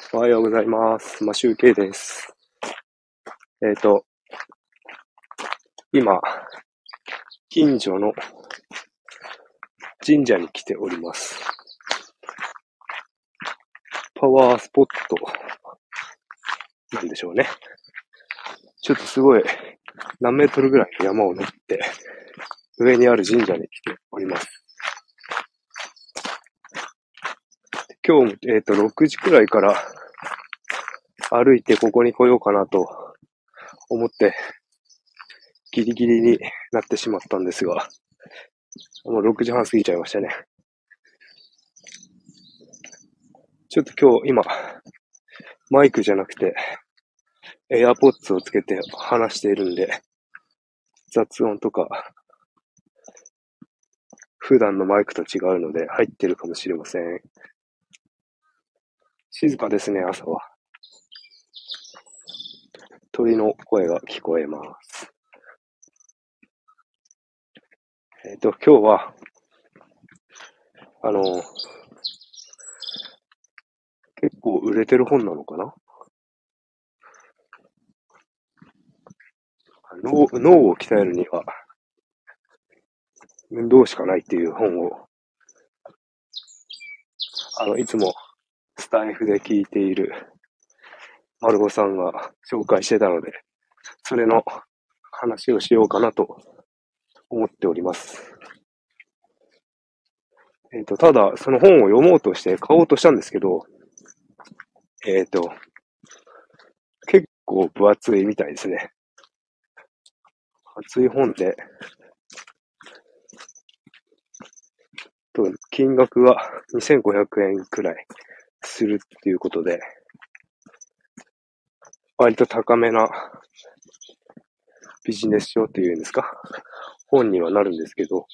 おはようございます。集計です。えっ、と、今、近所の神社に来ております。パワースポットなんでしょうね。ちょっとすごい何メートルぐらいの山を登って上にある神社に来ております。今日、6時くらいから歩いてここに来ようかなと思ってギリギリになってしまったんですが、もう6時半過ぎちゃいましたね。ちょっと今、マイクじゃなくて、エアポッツをつけて話しているんで、雑音とか、普段のマイクと違うので入ってるかもしれません。静かですね、朝は。鳥の声が聞こえます。今日は、結構売れてる本なのかな？脳を鍛えるには、運動しかないっていう本を、いつもスタイフで聞いているマルゴさんが紹介してたので、それの話をしようかなと思っております。ただ、その本を読もうとして買おうとしたんですけど、結構分厚いみたいですね。厚い本で、金額が2500円くらいするっていうことで、割と高めなビジネス書っていうんですか、本にはなるんですけど、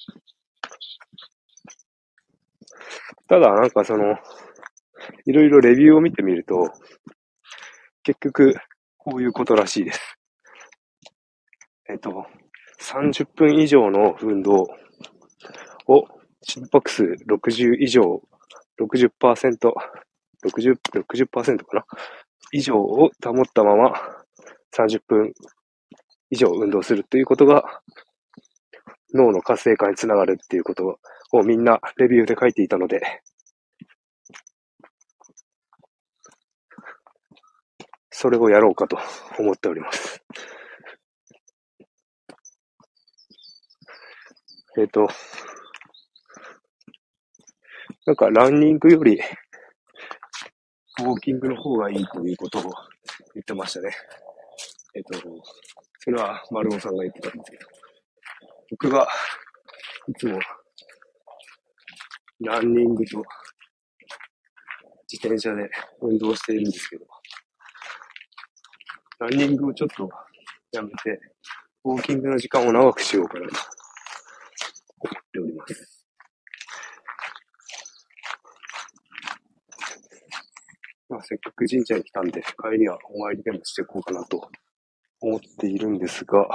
ただなんかいろいろレビューを見てみると、結局こういうことらしいです。30分以上の運動を心拍数60以上、60%、60%かな以上を保ったまま30分以上運動するということが脳の活性化につながるっていうことをみんなレビューで書いていたので、それをやろうかと思っております。なんかランニングよりウォーキングの方がいいということを言ってましたね。それは丸尾さんが言ってたんですけど、僕がいつもランニングと自転車で運動しているんですけど、ランニングをちょっとやめて、ウォーキングの時間を長くしようかなと思っております。せっかく神社に来たんで、帰りはお参りでもしていこうかなと思っているんですが、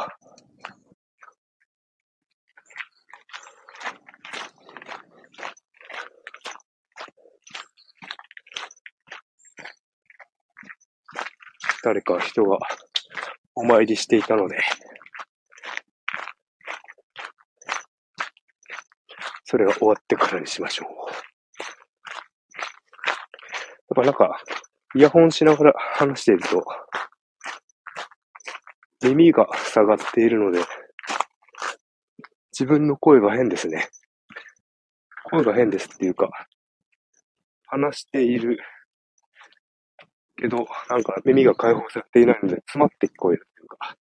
誰か人がお参りしていたので、それが終わってからにしましょう。やっぱなんか、イヤホンしながら話していると、耳が塞がっているので、自分の声が変ですね。声が変ですっていうか、話しているけど、なんか耳が開放されていないので、詰まって聞こえるっていうか。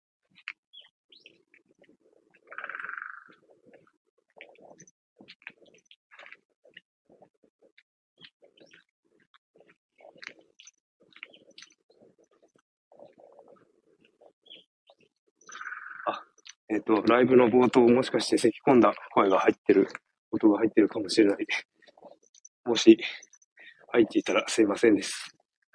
ライブの冒頭もしかして咳込んだ声が入ってる、音が入ってるかもしれない。もし入っていたらすいませんです。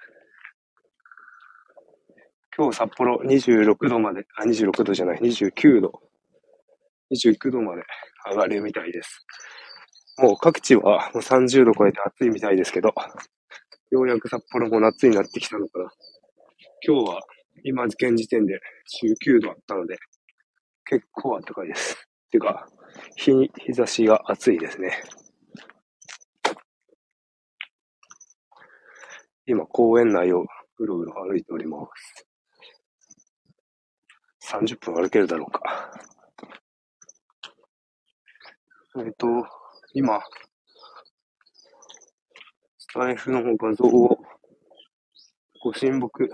今日札幌26度まで、26度じゃない、29度。29度まで上がるみたいです。もう各地はもう30度超えて暑いみたいですけど、 ようやく札幌も夏になってきたのかな。今日は、今現時点で19度あったので、結構暖かいです。てか、日差しが暑いですね。今、公園内をうろうろ歩いております。30分歩けるだろうか。今、スタイフの画像を、ご神木、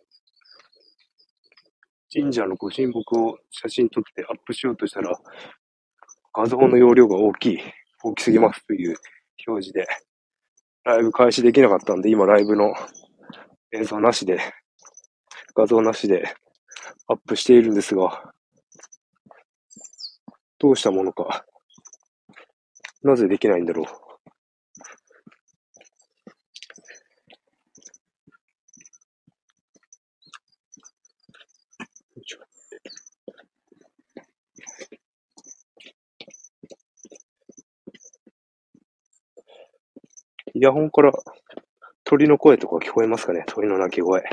神社のご神木を写真撮ってアップしようとしたら、画像の容量が大きすぎますという表示で、ライブ開始できなかったんで、今ライブの映像なしで、画像なしでアップしているんですが、どうしたものか。なぜできないんだろう。イヤホンから鳥の声とか聞こえますかね？鳥の鳴き声。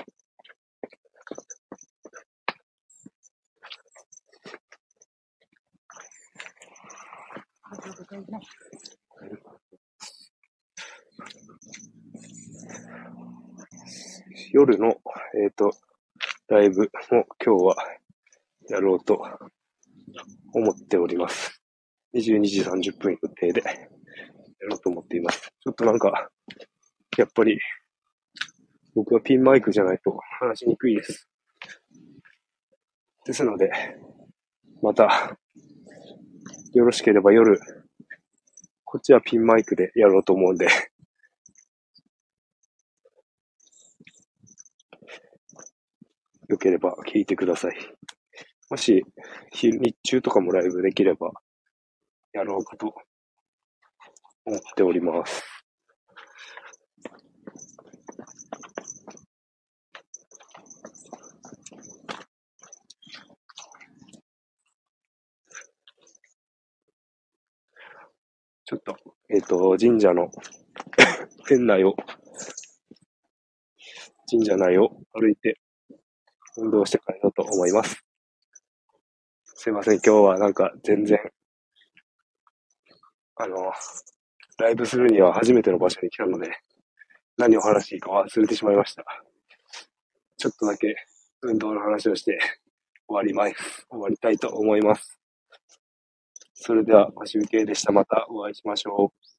夜の、ライブも今日はやろうと思っております。22時30分予定でやろうと思っています。ちょっとなんか、やっぱり僕はピンマイクじゃないと話しにくいです。ですので、また、よろしければ夜、こっちはピンマイクでやろうと思うんで、よければ聞いてください。もし、日中とかもライブできれば、やろうかと思っております。ちょっと、神社内を歩いて運動して帰ろうと思います。すいません、今日はなんか全然、ライブするには初めての場所に来たので、何を話していいか忘れてしまいました。ちょっとだけ運動の話をして終わりたいと思います。それでは、マシュウケイでした。またお会いしましょう。